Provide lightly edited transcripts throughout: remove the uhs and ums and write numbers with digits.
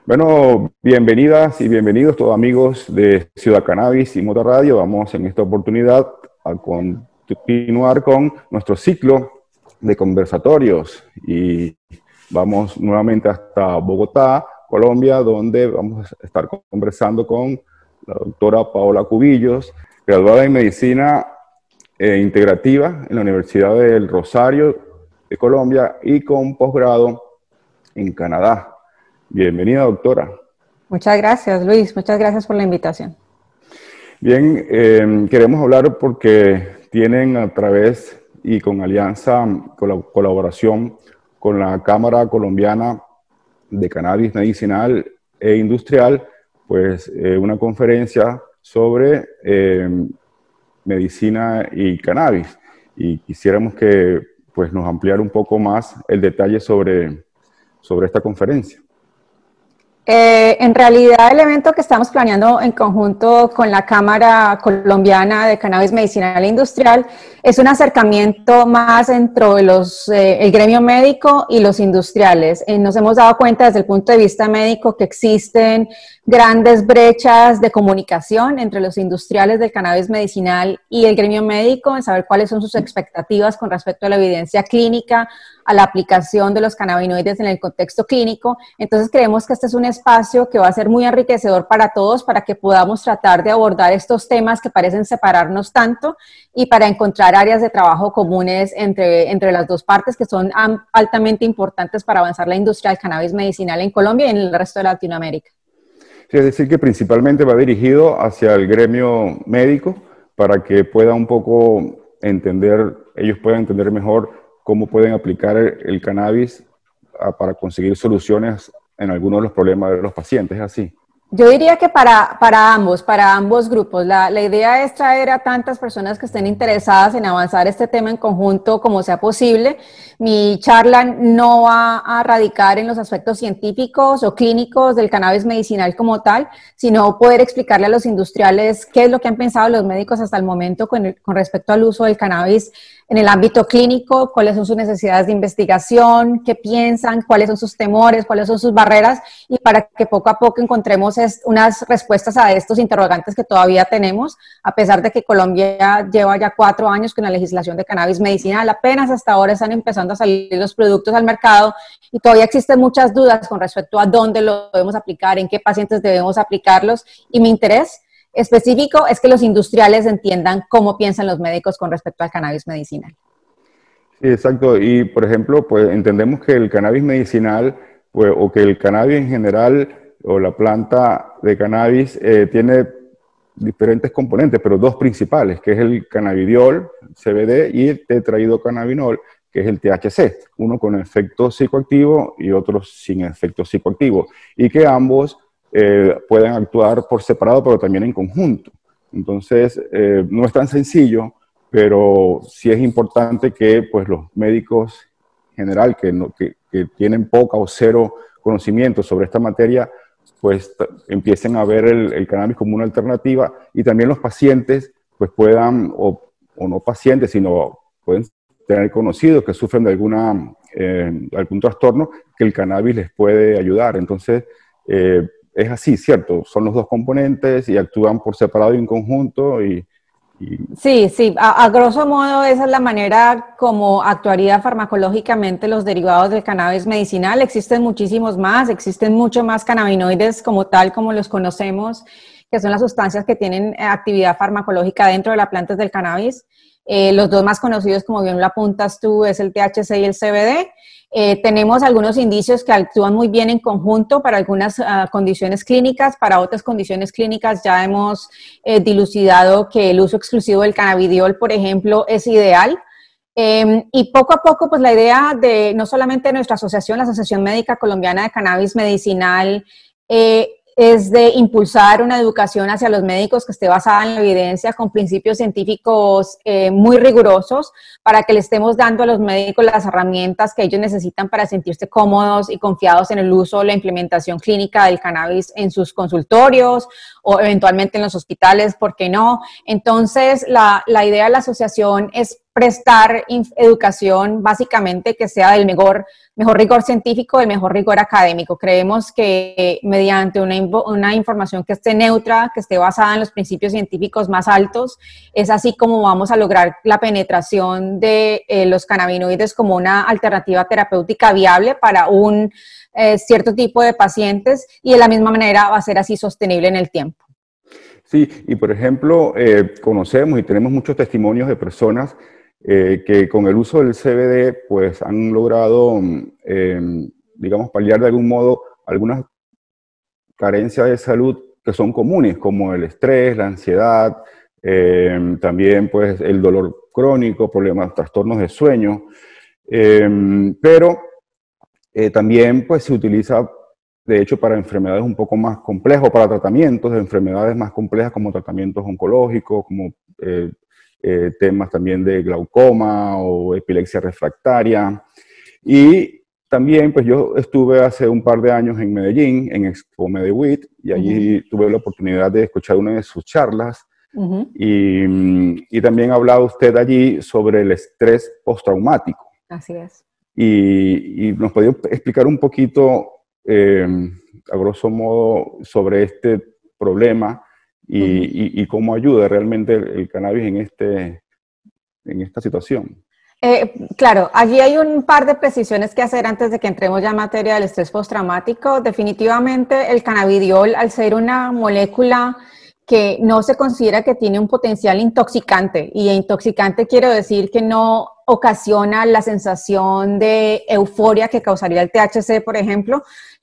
Bueno, bienvenidas y bienvenidos todos amigos de Ciudad Cannabis y Moto Radio. Vamos en esta oportunidad a continuar con nuestro ciclo de conversatorios y vamos nuevamente hasta Bogotá, Colombia, donde vamos a estar conversando con la doctora Paola Cubillos, graduada en Medicina Integrativa en la Universidad del Rosario de Colombia y con posgrado en Canadá. Bienvenida, doctora. Muchas gracias, Luis. Muchas gracias por la invitación. Bien, queremos hablar porque tienen a través y con alianza, colaboración con la Cámara Colombiana de Cannabis Medicinal e Industrial, pues una conferencia sobre medicina y cannabis. Y quisiéramos que pues, nos ampliara un poco más el detalle sobre esta conferencia. En realidad, el evento que estamos planeando en conjunto con la Cámara Colombiana de Cannabis Medicinal e Industrial es un acercamiento más entre el gremio médico y los industriales. Nos hemos dado cuenta desde el punto de vista médico que existen grandes brechas de comunicación entre los industriales del cannabis medicinal y el gremio médico en saber cuáles son sus expectativas con respecto a la evidencia clínica, a la aplicación de los cannabinoides en el contexto clínico. Entonces creemos que este es un espacio que va a ser muy enriquecedor para todos, para que podamos tratar de abordar estos temas que parecen separarnos tanto y para encontrar áreas de trabajo comunes entre las dos partes que son altamente importantes para avanzar la industria del cannabis medicinal en Colombia y en el resto de Latinoamérica. Sí, es decir, que principalmente va dirigido hacia el gremio médico para que pueda un poco entender, ellos puedan entender mejor cómo pueden aplicar el cannabis para conseguir soluciones en algunos de los problemas de los pacientes, ¿es así? Yo diría que para ambos grupos. La idea es traer a tantas personas que estén interesadas en avanzar este tema en conjunto como sea posible. Mi charla no va a radicar en los aspectos científicos o clínicos del cannabis medicinal como tal, sino poder explicarle a los industriales qué es lo que han pensado los médicos hasta el momento con respecto al uso del cannabis en el ámbito clínico, cuáles son sus necesidades de investigación, qué piensan, cuáles son sus temores, cuáles son sus barreras, y para que poco a poco encontremos unas respuestas a estos interrogantes que todavía tenemos, a pesar de que Colombia lleva ya 4 años con la legislación de cannabis medicinal. Apenas hasta ahora están empezando a salir los productos al mercado y todavía existen muchas dudas con respecto a dónde lo debemos aplicar, en qué pacientes debemos aplicarlos, y mi interés específico es que los industriales entiendan cómo piensan los médicos con respecto al cannabis medicinal. Sí, exacto. Y, por ejemplo, pues entendemos que el cannabis medicinal, pues, o que el cannabis en general, o la planta de cannabis, tiene diferentes componentes, pero 2 principales, que es el cannabidiol, CBD, y el tetrahidrocannabinol, que es el THC, uno con efecto psicoactivo y otro sin efecto psicoactivo, y que ambos pueden actuar por separado, pero también en conjunto. Entonces, no es tan sencillo, pero sí es importante que pues, los médicos en general que tienen poca o cero conocimiento sobre esta materia, pues empiecen a ver el cannabis como una alternativa, y también los pacientes pues puedan, o no pacientes, sino pueden tener conocidos que sufren de algún trastorno, que el cannabis les puede ayudar. Entonces, es así, ¿cierto? Son los 2 componentes y actúan por separado y en conjunto. Sí, a grosso modo esa es la manera como actuaría farmacológicamente los derivados del cannabis medicinal. Existen muchísimos más, existen mucho más cannabinoides como tal, como los conocemos, que son las sustancias que tienen actividad farmacológica dentro de las plantas del cannabis. Los 2 más conocidos, como bien lo apuntas tú, es el THC y el CBD. Tenemos algunos indicios que actúan muy bien en conjunto para algunas condiciones clínicas. Para otras condiciones clínicas ya hemos dilucidado que el uso exclusivo del cannabidiol, por ejemplo, es ideal. Y poco a poco, pues la idea de no solamente nuestra asociación, la Asociación Médica Colombiana de Cannabis Medicinal, es de impulsar una educación hacia los médicos que esté basada en la evidencia, con principios científicos muy rigurosos, para que le estemos dando a los médicos las herramientas que ellos necesitan para sentirse cómodos y confiados en el uso o la implementación clínica del cannabis en sus consultorios o eventualmente en los hospitales, ¿por qué no? Entonces, la idea de la asociación es prestar educación básicamente que sea del mejor rigor científico, del mejor rigor académico. Creemos que mediante una información que esté neutra, que esté basada en los principios científicos más altos, es así como vamos a lograr la penetración de los cannabinoides como una alternativa terapéutica viable para un cierto tipo de pacientes, y de la misma manera va a ser así sostenible en el tiempo. Sí, y por ejemplo, conocemos y tenemos muchos testimonios de personas que con el uso del CBD pues han logrado, digamos, paliar de algún modo algunas carencias de salud que son comunes, como el estrés, la ansiedad, también pues el dolor crónico, problemas, trastornos de sueño, pero también pues se utiliza de hecho para enfermedades un poco más complejas, o para tratamientos de enfermedades más complejas como tratamientos oncológicos, como temas también de glaucoma o epilepsia refractaria. Y también, pues yo estuve hace un par de años en Medellín, en Expo Medewit, y allí tuve la oportunidad de escuchar una de sus charlas. Y también hablaba usted allí sobre el estrés postraumático. Así es. Y nos podía explicar un poquito, a grosso modo, sobre este problema y cómo ayuda realmente el cannabis en esta situación. Claro, allí hay un par de precisiones que hacer antes de que entremos ya en materia del estrés postraumático. Definitivamente el cannabidiol, al ser una molécula que no se considera que tiene un potencial intoxicante, y intoxicante quiero decir que no ocasiona la sensación de euforia que causaría el THC, por ejemplo,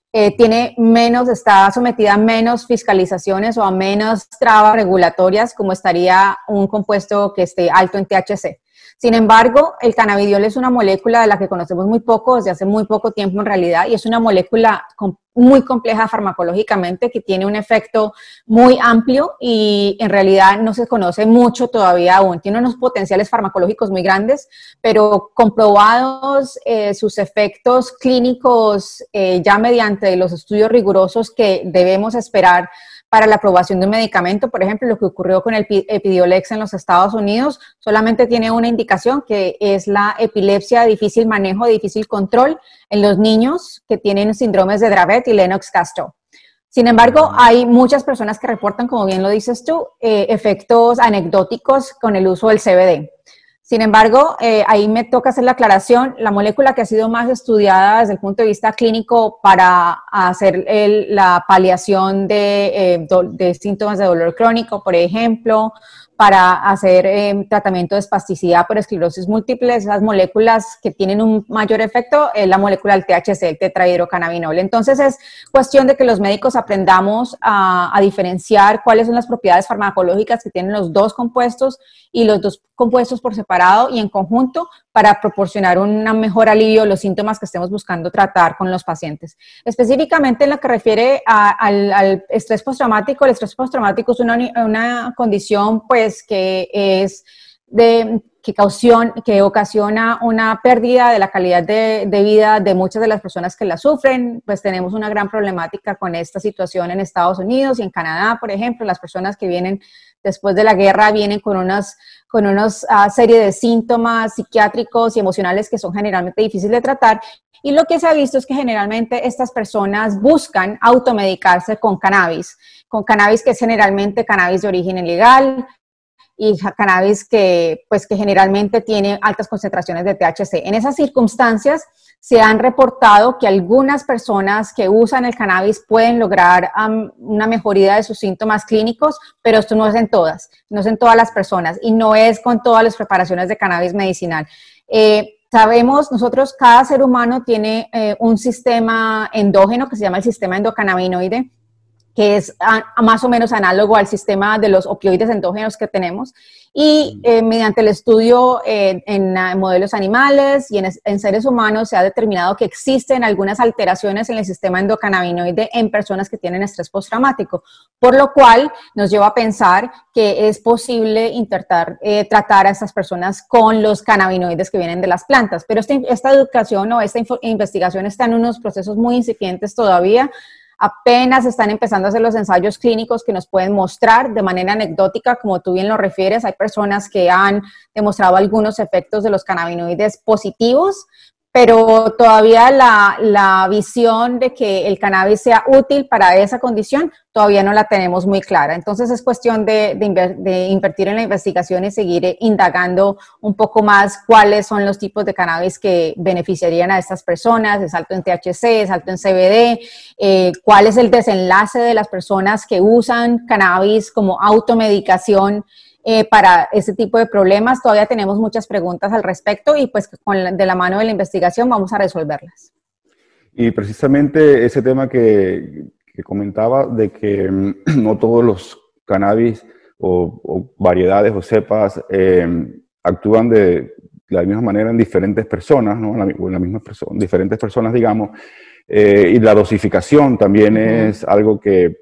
está sometida a menos fiscalizaciones o a menos trabas regulatorias como estaría un compuesto que esté alto en THC. Sin embargo, el cannabidiol es una molécula de la que conocemos muy poco, desde hace muy poco tiempo en realidad, y es una molécula muy compleja farmacológicamente, que tiene un efecto muy amplio y en realidad no se conoce mucho todavía aún. Tiene unos potenciales farmacológicos muy grandes, pero comprobados sus efectos clínicos ya mediante los estudios rigurosos que debemos esperar para la aprobación de un medicamento. Por ejemplo, lo que ocurrió con el Epidiolex en los Estados Unidos solamente tiene una indicación, que es la epilepsia de difícil manejo, de difícil control en los niños que tienen síndromes de Dravet y Lennox-Gastaut. Sin embargo, hay muchas personas que reportan, como bien lo dices tú, efectos anecdóticos con el uso del CBD. Sin embargo, ahí me toca hacer la aclaración, la molécula que ha sido más estudiada desde el punto de vista clínico para hacer la paliación de síntomas de dolor crónico, por ejemplo, para hacer tratamiento de espasticidad por esclerosis múltiple, esas moléculas que tienen un mayor efecto es la molécula del THC, el tetrahidrocannabinol. Entonces es cuestión de que los médicos aprendamos a diferenciar cuáles son las propiedades farmacológicas que tienen los dos compuestos y los dos compuestos por separado y en conjunto para proporcionar un mejor alivio a los síntomas que estemos buscando tratar con los pacientes. Específicamente en lo que refiere al estrés postraumático, el estrés postraumático es una condición pues que ocasiona una pérdida de la calidad de vida de muchas de las personas que la sufren. Pues tenemos una gran problemática con esta situación en Estados Unidos y en Canadá, por ejemplo. Las personas que vienen después de la guerra vienen con una serie de síntomas psiquiátricos y emocionales que son generalmente difíciles de tratar. Y lo que se ha visto es que generalmente estas personas buscan automedicarse con cannabis que es generalmente cannabis de origen ilegal, y cannabis que generalmente tiene altas concentraciones de THC. En esas circunstancias se han reportado que algunas personas que usan el cannabis pueden lograr una mejoría de sus síntomas clínicos, pero esto no es en todas las personas y no es con todas las preparaciones de cannabis medicinal. Sabemos, nosotros, cada ser humano tiene un sistema endógeno que se llama el sistema endocannabinoide, que es más o menos análogo al sistema de los opioides endógenos que tenemos. Y mediante el estudio en modelos animales y en seres humanos se ha determinado que existen algunas alteraciones en el sistema endocannabinoide en personas que tienen estrés postraumático, por lo cual nos lleva a pensar que es posible intentar tratar a estas personas con los cannabinoides que vienen de las plantas. Pero esta educación o esta investigación está en unos procesos muy incipientes todavía. Apenas están empezando a hacer los ensayos clínicos que nos pueden mostrar de manera anecdótica, como tú bien lo refieres, hay personas que han demostrado algunos efectos de los cannabinoides positivos, pero todavía la visión de que el cannabis sea útil para esa condición todavía no la tenemos muy clara. Entonces es cuestión de invertir en la investigación y seguir indagando un poco más cuáles son los tipos de cannabis que beneficiarían a estas personas, es alto en THC, es alto en CBD, cuál es el desenlace de las personas que usan cannabis como automedicación para ese tipo de problemas. Todavía tenemos muchas preguntas al respecto y pues de la mano de la investigación vamos a resolverlas. Y precisamente ese tema que comentaba de que no todos los cannabis o variedades o cepas actúan de la misma manera en diferentes personas, ¿no? En la misma persona, diferentes personas, digamos, y la dosificación también es algo que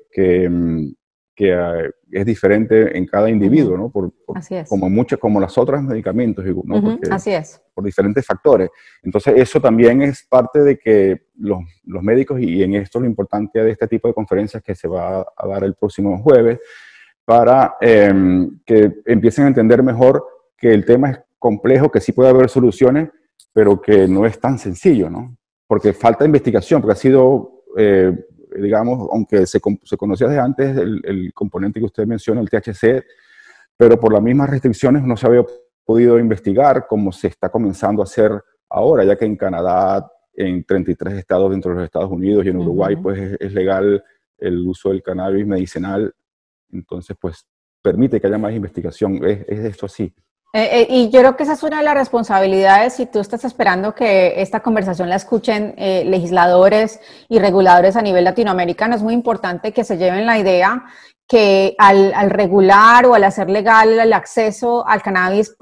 es diferente en cada individuo, ¿no? Así es. Como los otros medicamentos, ¿no? Porque, así es. Por diferentes factores. Entonces, eso también es parte de que los médicos, y en esto lo importante de este tipo de conferencias que se va a dar el próximo jueves, para que empiecen a entender mejor que el tema es complejo, que sí puede haber soluciones, pero que no es tan sencillo, ¿no? Porque falta investigación, porque ha sido... digamos, aunque se conocía desde antes el componente que usted menciona, el THC, pero por las mismas restricciones no se había podido investigar como se está comenzando a hacer ahora, ya que en Canadá, en 33 estados dentro de los Estados Unidos y en Uruguay, pues es legal el uso del cannabis medicinal, entonces pues permite que haya más investigación, es esto así. Y yo creo que esa es una de las responsabilidades, si tú estás esperando que esta conversación la escuchen legisladores y reguladores a nivel latinoamericano, es muy importante que se lleven la idea que al regular o al hacer legal el acceso al cannabis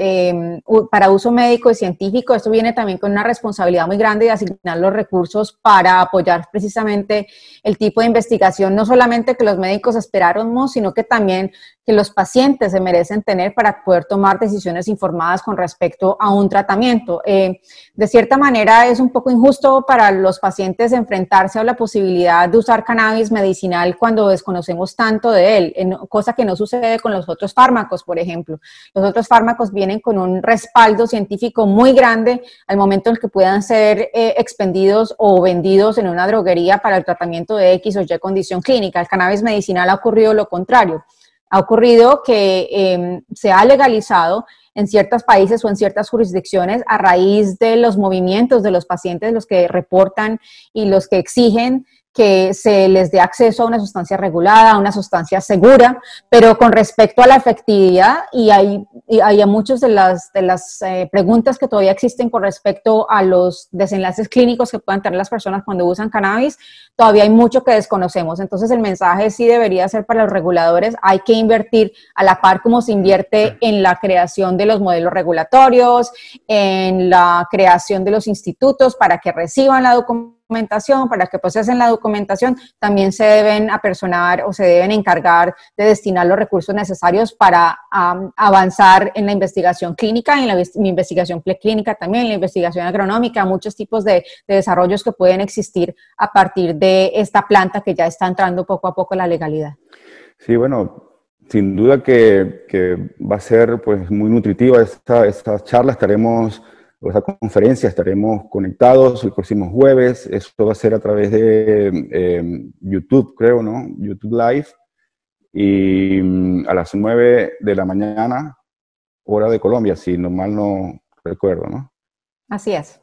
para uso médico y científico, esto viene también con una responsabilidad muy grande de asignar los recursos para apoyar precisamente el tipo de investigación, no solamente que los médicos esperáramos, sino que también que los pacientes se merecen tener para poder tomar decisiones informadas con respecto a un tratamiento. De cierta manera es un poco injusto para los pacientes enfrentarse a la posibilidad de usar cannabis medicinal cuando desconocemos tanto de él, cosa que no sucede con los otros fármacos, por ejemplo. Los otros fármacos vienen con un respaldo científico muy grande al momento en que puedan ser expendidos o vendidos en una droguería para el tratamiento de X o Y condición clínica. El cannabis medicinal ha ocurrido lo contrario. Ha ocurrido que se ha legalizado en ciertos países o en ciertas jurisdicciones a raíz de los movimientos de los pacientes, los que reportan y los que exigen que se les dé acceso a una sustancia regulada, a una sustancia segura, pero con respecto a la efectividad, y hay muchas de las preguntas que todavía existen con respecto a los desenlaces clínicos que puedan tener las personas cuando usan cannabis, todavía hay mucho que desconocemos. Entonces el mensaje sí debería ser para los reguladores, hay que invertir a la par como se invierte en la creación de los modelos regulatorios, en la creación de los institutos para que reciban la documentación, para que procesen la documentación, también se deben apersonar o se deben encargar de destinar los recursos necesarios para avanzar en la investigación clínica, en la investigación preclínica también, en la investigación agronómica, muchos tipos de desarrollos que pueden existir a partir de esta planta que ya está entrando poco a poco en la legalidad. Sí, bueno, sin duda que va a ser pues muy nutritiva esta charla, esa conferencia, estaremos conectados el próximo jueves. Esto va a ser a través de YouTube, creo, ¿no? YouTube Live. Y a las 9 de la mañana, hora de Colombia, si mal no recuerdo, ¿no? Así es.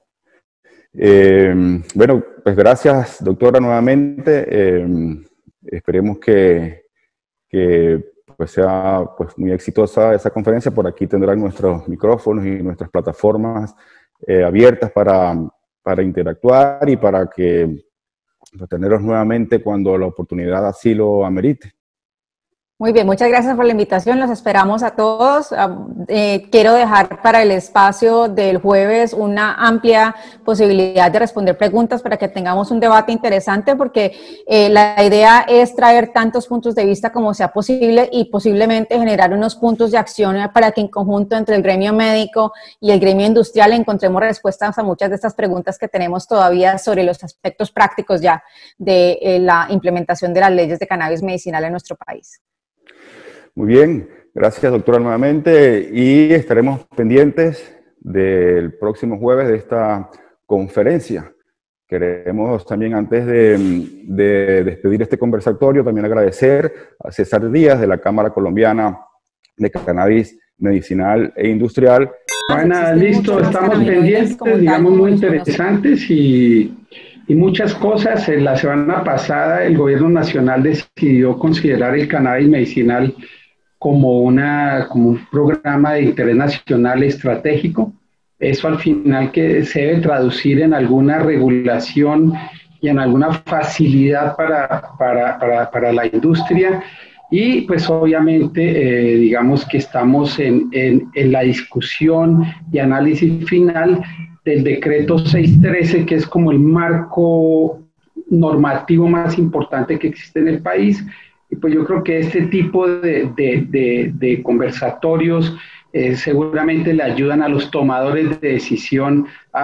Bueno, pues gracias, doctora, nuevamente. Esperemos que pues sea pues muy exitosa esa conferencia. Por aquí tendrán nuestros micrófonos y nuestras plataformas abiertas para interactuar y para tenerlos nuevamente cuando la oportunidad así lo amerite. Muy bien, muchas gracias por la invitación, los esperamos a todos. Quiero dejar para el espacio del jueves una amplia posibilidad de responder preguntas para que tengamos un debate interesante, porque la idea es traer tantos puntos de vista como sea posible y posiblemente generar unos puntos de acción para que en conjunto entre el gremio médico y el gremio industrial encontremos respuestas a muchas de estas preguntas que tenemos todavía sobre los aspectos prácticos ya de la implementación de las leyes de cannabis medicinal en nuestro país. Muy bien, gracias doctora nuevamente y estaremos pendientes del próximo jueves de esta conferencia. Queremos también, antes de despedir este conversatorio, también agradecer a César Díaz de la Cámara Colombiana de Cannabis Medicinal e Industrial. Bueno, listo, estamos pendientes, digamos, muy interesantes y muchas cosas. La semana pasada el gobierno nacional decidió considerar el cannabis medicinal como un programa de interés nacional estratégico. Eso al final que se debe traducir en alguna regulación y en alguna facilidad para la industria. Y pues obviamente digamos que estamos en la discusión y análisis final del decreto 613, que es como el marco normativo más importante que existe en el país. Y pues yo creo que este tipo de conversatorios seguramente le ayudan a los tomadores de decisión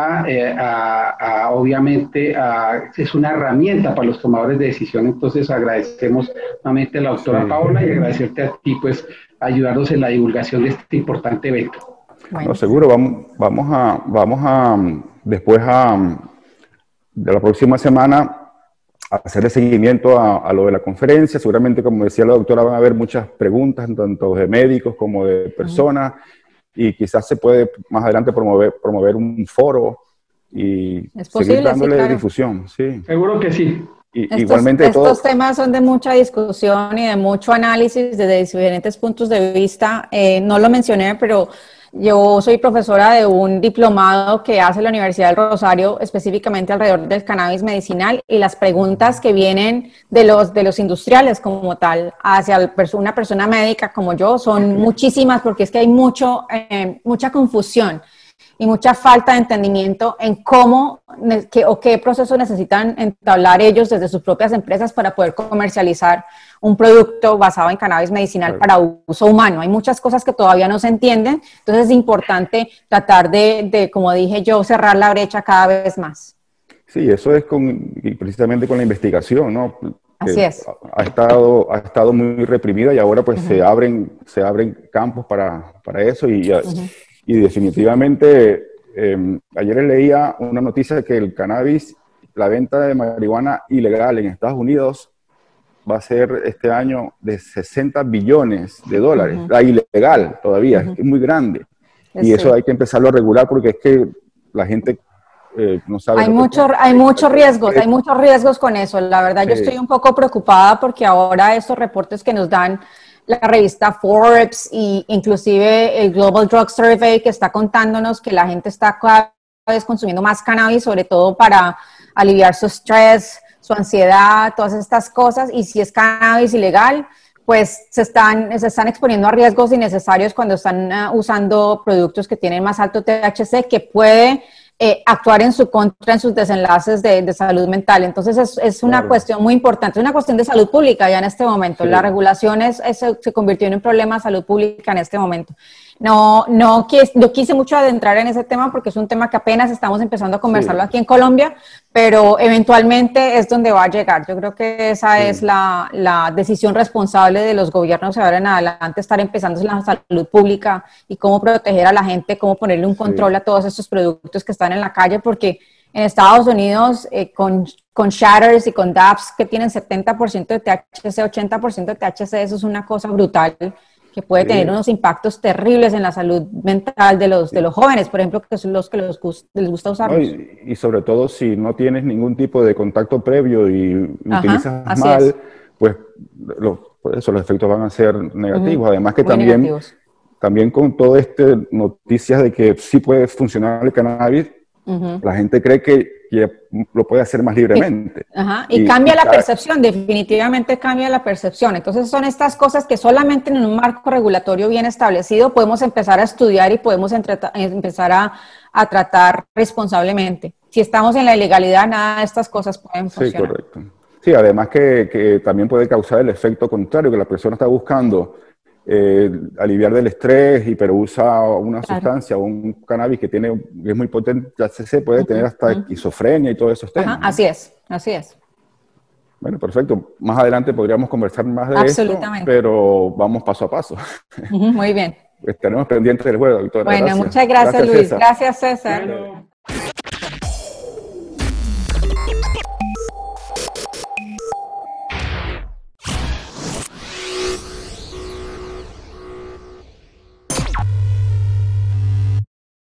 obviamente, es una herramienta para los tomadores de decisión. Entonces agradecemos nuevamente a la doctora Paola y agradecerte a ti, pues, ayudarnos en la divulgación de este importante evento. Bueno. No, seguro, vamos a después de la próxima semana a hacerle seguimiento a lo de la conferencia. Seguramente, como decía la doctora, van a haber muchas preguntas, tanto de médicos como de personas, y quizás se puede más adelante promover un foro y seguir dándole difusión. Sí. Seguro que sí. Estos temas son de mucha discusión y de mucho análisis desde diferentes puntos de vista. No lo mencioné, pero yo soy profesora de un diplomado que hace la Universidad del Rosario específicamente alrededor del cannabis medicinal, y las preguntas que vienen de los industriales como tal hacia una persona médica como yo son muchísimas, porque es que hay mucha confusión y mucha falta de entendimiento en qué proceso necesitan entablar ellos desde sus propias empresas para poder comercializar un producto basado en cannabis medicinal para uso humano. Hay muchas cosas que todavía no se entienden, entonces es importante tratar de, como dije yo, cerrar la brecha cada vez más. Sí, eso es precisamente con la investigación, ¿no? Así es. Ha estado muy reprimida y ahora pues se abren campos para eso y definitivamente ayer leía una noticia de que el cannabis, la venta de marihuana ilegal en Estados Unidos va a ser este año de 60 billones de dólares. La ilegal todavía, es muy grande. Y eso hay que empezarlo a regular, porque es que la gente no sabe. Hay muchos riesgos con eso. La verdad, yo estoy un poco preocupada porque ahora estos reportes que nos dan la revista Forbes e inclusive el Global Drug Survey, que está contándonos que la gente está cada vez consumiendo más cannabis, sobre todo para aliviar su estrés, su ansiedad, todas estas cosas, y si es cannabis ilegal, pues se están exponiendo a riesgos innecesarios cuando están usando productos que tienen más alto THC, que puede actuar en su contra en sus desenlaces de salud mental. Entonces es una cuestión muy importante, es una cuestión de salud pública ya en este momento. La regulación se convirtió en un problema de salud pública en este momento. No quise mucho adentrar en ese tema porque es un tema que apenas estamos empezando a conversarlo aquí en Colombia, pero eventualmente es donde va a llegar. Yo creo que esa es la decisión responsable de los gobiernos de ahora en adelante, estar empezando en la salud pública y cómo proteger a la gente, cómo ponerle un control a todos estos productos que están en la calle, porque en Estados Unidos con shatters y con dabs que tienen 70% de THC, 80% de THC, eso es una cosa brutal que puede tener unos impactos terribles en la salud mental de los jóvenes, por ejemplo, que son los que les gusta usarlos. Y sobre todo si no tienes ningún tipo de contacto previo y utilizas mal, pues los efectos van a ser negativos. Además que también con todo noticias de que sí puede funcionar el cannabis, La gente cree que lo puede hacer más libremente. Y cambia la percepción, definitivamente cambia la percepción. Entonces son estas cosas que solamente en un marco regulatorio bien establecido podemos empezar a estudiar y podemos empezar a tratar responsablemente. Si estamos en la ilegalidad, nada de estas cosas pueden funcionar. Sí, correcto. Sí, además que también puede causar el efecto contrario, que la persona está buscando aliviar del estrés, pero usa una sustancia o un cannabis que es muy potente, ya se puede tener hasta esquizofrenia y todos esos temas. Así es, así es. Bueno, perfecto. Más adelante podríamos conversar más de esto, pero vamos paso a paso. Muy bien. Estaremos pendientes del juego, Victoria. Bueno, gracias. muchas gracias, Luis. César. Gracias, César. Bueno.